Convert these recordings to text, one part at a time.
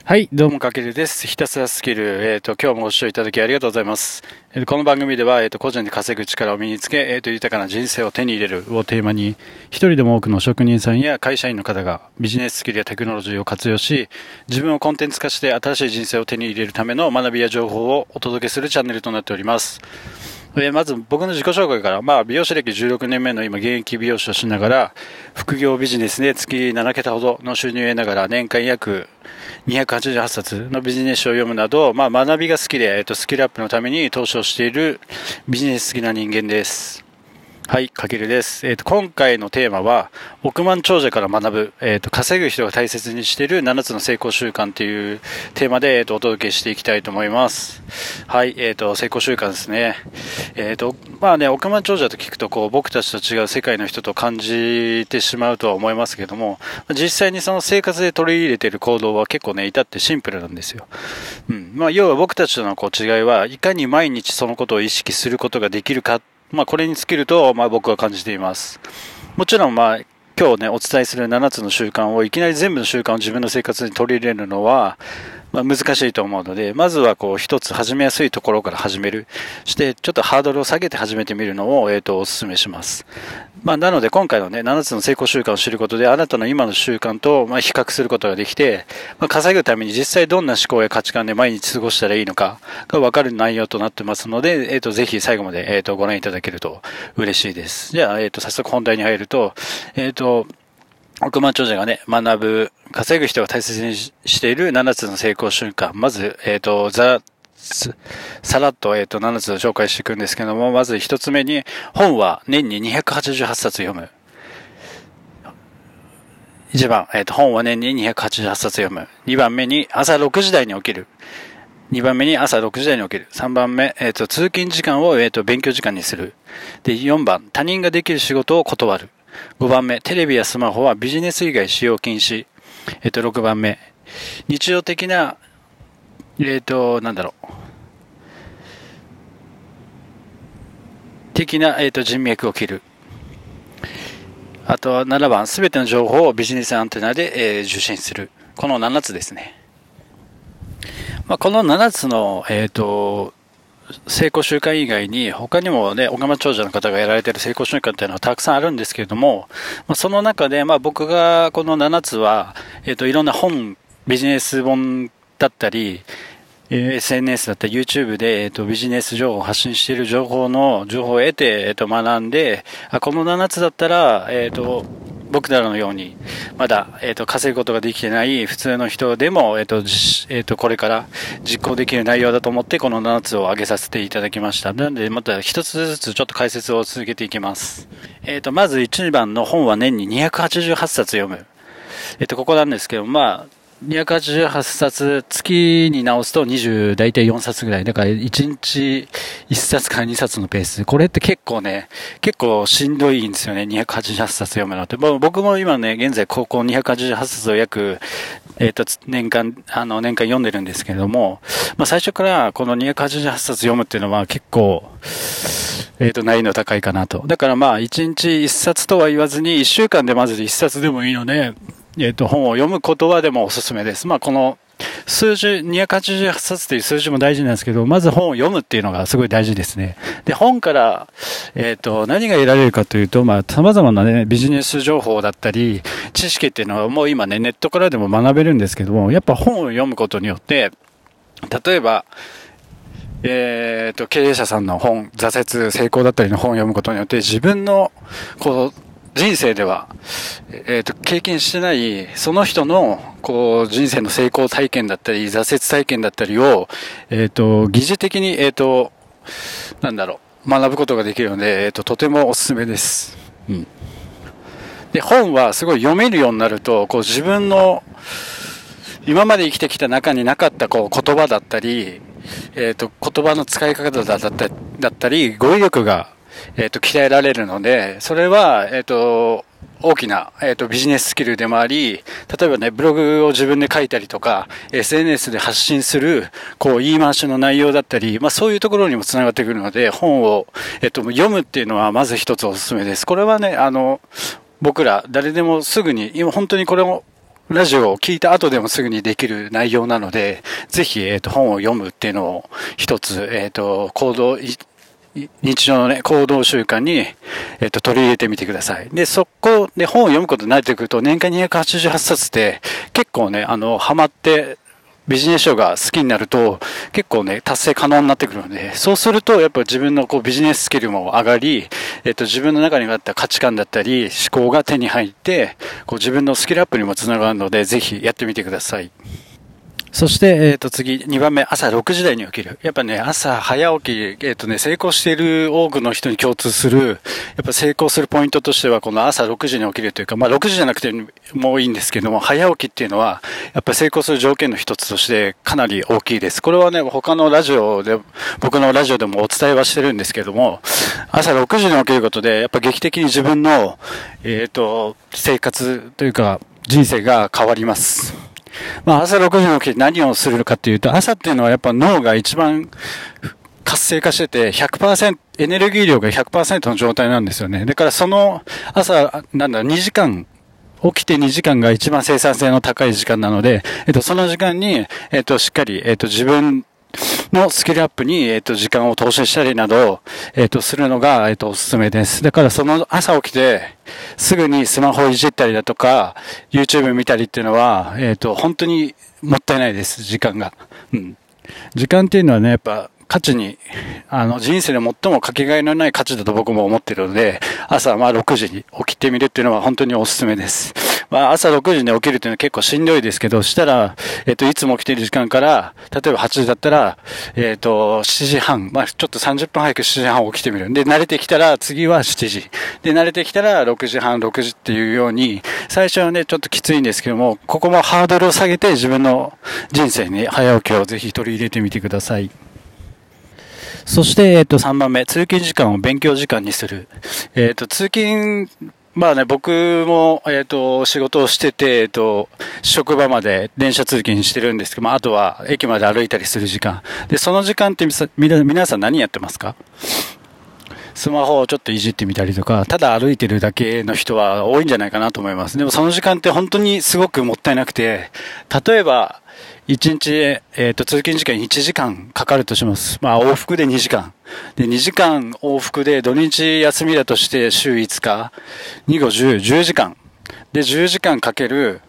はい、どうもかけるです。ひたすらスキル。今日もご視聴いただきありがとうございます。この番組では、個人で稼ぐ力を身につけ、豊かな人生を手に入れるをテーマに、一人でも多くの職人さんや会社員の方がビジネススキルやテクノロジーを活用し、自分をコンテンツ化して新しい人生を手に入れるための学びや情報をお届けするチャンネルとなっております。まず僕の自己紹介から、美容師歴16年目の今現役美容師をしながら、副業ビジネスで月7桁ほどの収入を得ながら年間約288冊のビジネス書を読むなど、学びが好きで、スキルアップのために投資をしているビジネス好きな人間です。はい、かけるです。今回のテーマは、億万長者から学ぶ、稼ぐ人が大切にしている7つの成功習慣というテーマで、お届けしていきたいと思います。はい、成功習慣ですね。億万長者と聞くと、僕たちと違う世界の人と感じてしまうとは思いますけども、実際にその生活で取り入れている行動は結構ね、至ってシンプルなんですよ。要は僕たちとの違いは、いかに毎日そのことを意識することができるか、これに尽きると、僕は感じています。もちろん、今日ね、お伝えする7つの習慣を、いきなり全部の習慣を自分の生活に取り入れるのは、難しいと思うので、まずは一つ始めやすいところから始める。して、ちょっとハードルを下げて始めてみるのを、お勧めします。なので今回のね、7つの成功習慣を知ることで、あなたの今の習慣と、比較することができて、稼ぐために実際どんな思考や価値観で毎日過ごしたらいいのかが分かる内容となってますので、ぜひ最後まで、ご覧いただけると嬉しいです。じゃあ、早速本題に入ると、億万長者がね、稼ぐ人が大切にしている7つの成功習慣。まず、さらっと、7つを紹介していくんですけども、まず1つ目に、本は年に288冊読む。1番、本は年に288冊読む。2番目に、朝6時台に起きる。2番目に朝6時台に起きる。3番目、通勤時間を、勉強時間にする。で、4番、他人ができる仕事を断る。5番目、テレビやスマホはビジネス以外使用禁止。6番目、日常的な、的な、人脈を切る。あとは7番、すべての情報をビジネスアンテナで、受信する。この7つですね。この7つの、成功習慣以外に他にもね、億万長者の方がやられている成功習慣っていうのはたくさんあるんですけれども、その中で僕がこの7つは、いろんな本、ビジネス本だったり、SNS だったり YouTube で、ビジネス情報を発信している情報を得て、学んで、この7つだったら、僕らのように、まだ、稼ぐことができてない普通の人でも、これから実行できる内容だと思って、この7つを挙げさせていただきました。なので、また一つずつちょっと解説を続けていきます。まず1番の本は年に288冊読む。ここなんですけど、288冊、月に直すと大体4冊ぐらい。だから1日1冊から2冊のペース。これって結構しんどいんですよね。288冊読むのって。僕も今ね、現在高校288冊を約、年間読んでるんですけれども、最初からこの288冊読むっていうのは結構、難易度高いかなと。だから1日1冊とは言わずに1週間でまず1冊でもいいので、本を読むことはでもおすすめです。この数字、288冊という数字も大事なんですけど、まず本を読むっていうのがすごい大事ですね。で、本から、何が得られるかというと、様々なね、ビジネス情報だったり、知識っていうのはもう今ね、ネットからでも学べるんですけども、やっぱ本を読むことによって、例えば、経営者さんの本、挫折、成功だったりの本を読むことによって、自分の、人生では、経験してない、その人の、人生の成功体験だったり、挫折体験だったりを、疑似的に、学ぶことができるので、とてもおすすめです。で、本はすごい読めるようになると、自分の、今まで生きてきた中になかった言葉だったり、言葉の使い方だったり、語彙力が、鍛えられるので、それは、大きな、ビジネススキルでもあり、例えばね、ブログを自分で書いたりとか、SNS で発信する、言い回しの内容だったり、そういうところにもつながってくるので、本を、読むっていうのはまず一つおすすめです。これはね、僕ら、誰でもすぐに、今本当にこれを、 ラジオを聞いた後でもすぐにできる内容なので、ぜひ、本を読むっていうのを一つ、日常のね、行動習慣に、取り入れてみてください。で、そこで本を読むことになってくると、年間288冊って結構ね、ハマって、ビジネス書が好きになると結構ね達成可能になってくるので、そうするとやっぱ自分のビジネススキルも上がり、自分の中にあった価値観だったり思考が手に入って自分のスキルアップにもつながるので、ぜひやってみてください。そして、次、2番目、朝6時台に起きる。やっぱね、朝早起き、成功している多くの人に共通する、やっぱ成功するポイントとしては、この朝6時に起きるというか、6時じゃなくてもいいんですけども、早起きっていうのは、やっぱ成功する条件の一つとしてかなり大きいです。これはね、他のラジオで、僕のラジオでもお伝えはしてるんですけども、朝6時に起きることで、やっぱ劇的に自分の、生活というか、人生が変わります。朝6時に起きて何をするかっていうと、朝っていうのはやっぱ脳が一番活性化してて 100%、エネルギー量が 100% の状態なんですよね。だからその朝、2時間、起きて2時間が一番生産性の高い時間なので、その時間に、しっかり、自分のスキルアップに、時間を投資したりなど、するのが、おすすめです。だからその朝起きて、すぐにスマホいじったりだとか、YouTube 見たりっていうのは、本当にもったいないです、時間が。時間っていうのはね、やっぱ、価値に、人生で最もかけがえのない価値だと僕も思っているので、朝6時に起きてみるっていうのは本当におすすめです。朝6時に起きるっていうのは結構しんどいですけど、したら、いつも起きている時間から、例えば8時だったら、7時半、ちょっと30分早く7時半起きてみる。で、慣れてきたら次は7時。で、慣れてきたら6時半、6時っていうように、最初はね、ちょっときついんですけども、ここもハードルを下げて自分の人生に早起きをぜひ取り入れてみてください。そして、3番目、通勤時間を勉強時間にする。通勤、僕も、仕事をしてて、職場まで電車通勤してるんですけど、あとは駅まで歩いたりする時間。で、その時間って皆さん何やってますか？スマホをちょっといじってみたりとか、ただ歩いてるだけの人は多いんじゃないかなと思います。でもその時間って本当にすごくもったいなくて、例えば、1日、通勤時間1時間かかるとします。往復で2時間。で、2時間往復で土日休みだとして週5日、2、5、10時間。で、10時間かける、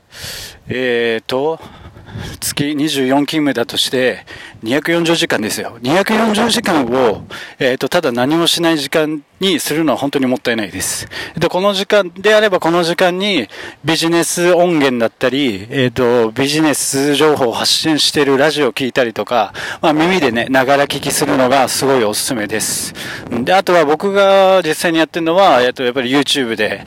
月24勤務だとして240時間ですよ。240時間を、ただ何もしない時間にするのは本当にもったいないです。で、この時間であればこの時間にビジネス音源だったり、ビジネス情報を発信しているラジオを聞いたりとか、耳でね、ながら聞きするのがすごいおすすめです。で、あとは僕が実際にやってるのは、やっぱり YouTube で、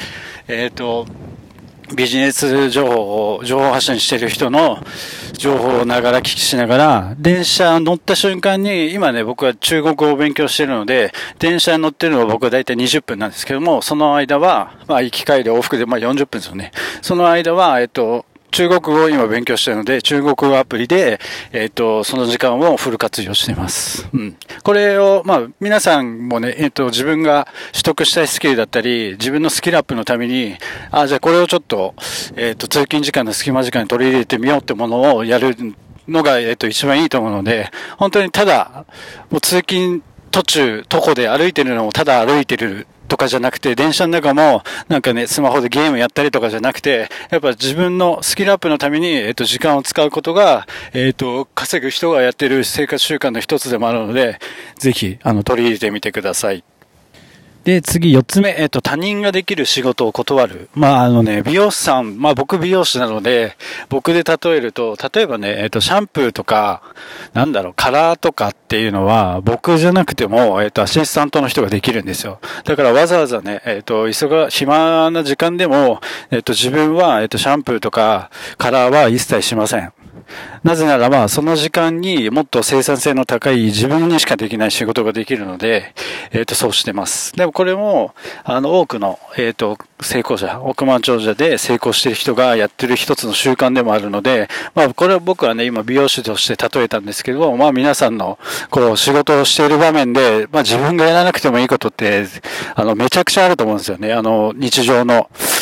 ビジネス情報発信している人の情報をながら聞きしながら、電車乗った瞬間に、今ね、僕は中国語を勉強しているので、電車に乗ってるのは僕はだいたい20分なんですけども、その間は、行き帰り往復で40分ですよね。その間は、中国語を今勉強しているので、中国語アプリで、その時間をフル活用しています。これを、皆さんもね、自分が取得したいスキルだったり、自分のスキルアップのために、じゃあこれをちょっと、通勤時間の隙間時間に取り入れてみようってものをやるのが、一番いいと思うので、本当にただ、もう通勤途中、徒歩で歩いてるのをただ歩いてる、とかじゃなくて、電車の中もなんかね、スマホでゲームやったりとかじゃなくて、やっぱ自分のスキルアップのために、時間を使うことが、稼ぐ人がやってる生活習慣の一つでもあるので、ぜひ、取り入れてみてください。で、次、4つ目、他人ができる仕事を断る。美容師さん、僕美容師なので、僕で例えると、例えばね、シャンプーとか、カラーとかっていうのは、僕じゃなくても、アシスタントの人ができるんですよ。だからわざわざね、暇な時間でも、自分は、シャンプーとか、カラーは一切しません。なぜならその時間にもっと生産性の高い自分にしかできない仕事ができるので、そうしてます。でもこれも、多くの、成功者、億万長者で成功している人がやってる一つの習慣でもあるので、これは僕はね、今美容師として例えたんですけども、皆さんの、仕事をしている場面で、自分がやらなくてもいいことって、めちゃくちゃあると思うんですよね。日常の、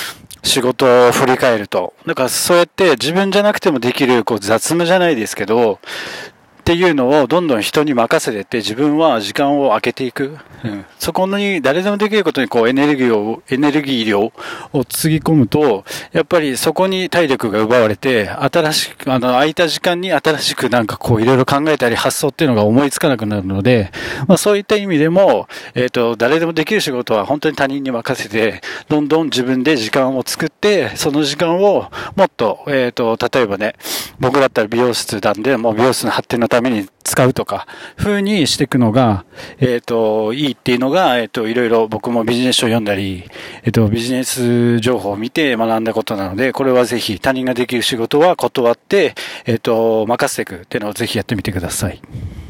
仕事を振り返ると。だからそうやって自分じゃなくてもできる、雑務じゃないですけど、っていうのをどんどん人に任せてって自分は時間を空けていく。そこに誰でもできることにエネルギー量をつぎ込むと、やっぱりそこに体力が奪われて、新しく、空いた時間に新しくいろいろ考えたり発想っていうのが思いつかなくなるので、そういった意味でも、誰でもできる仕事は本当に他人に任せて、どんどん自分で時間を作って、その時間をもっと、例えばね、僕だったら美容室なんで、もう美容室の発展のために使うとか、風にしていくのが、いいっていうのが、いろいろ僕もビジネス書を読んだり、ビジネス情報を見て学んだことなので、これはぜひ他人ができる仕事は断って、任せていくっていうのをぜひやってみてください。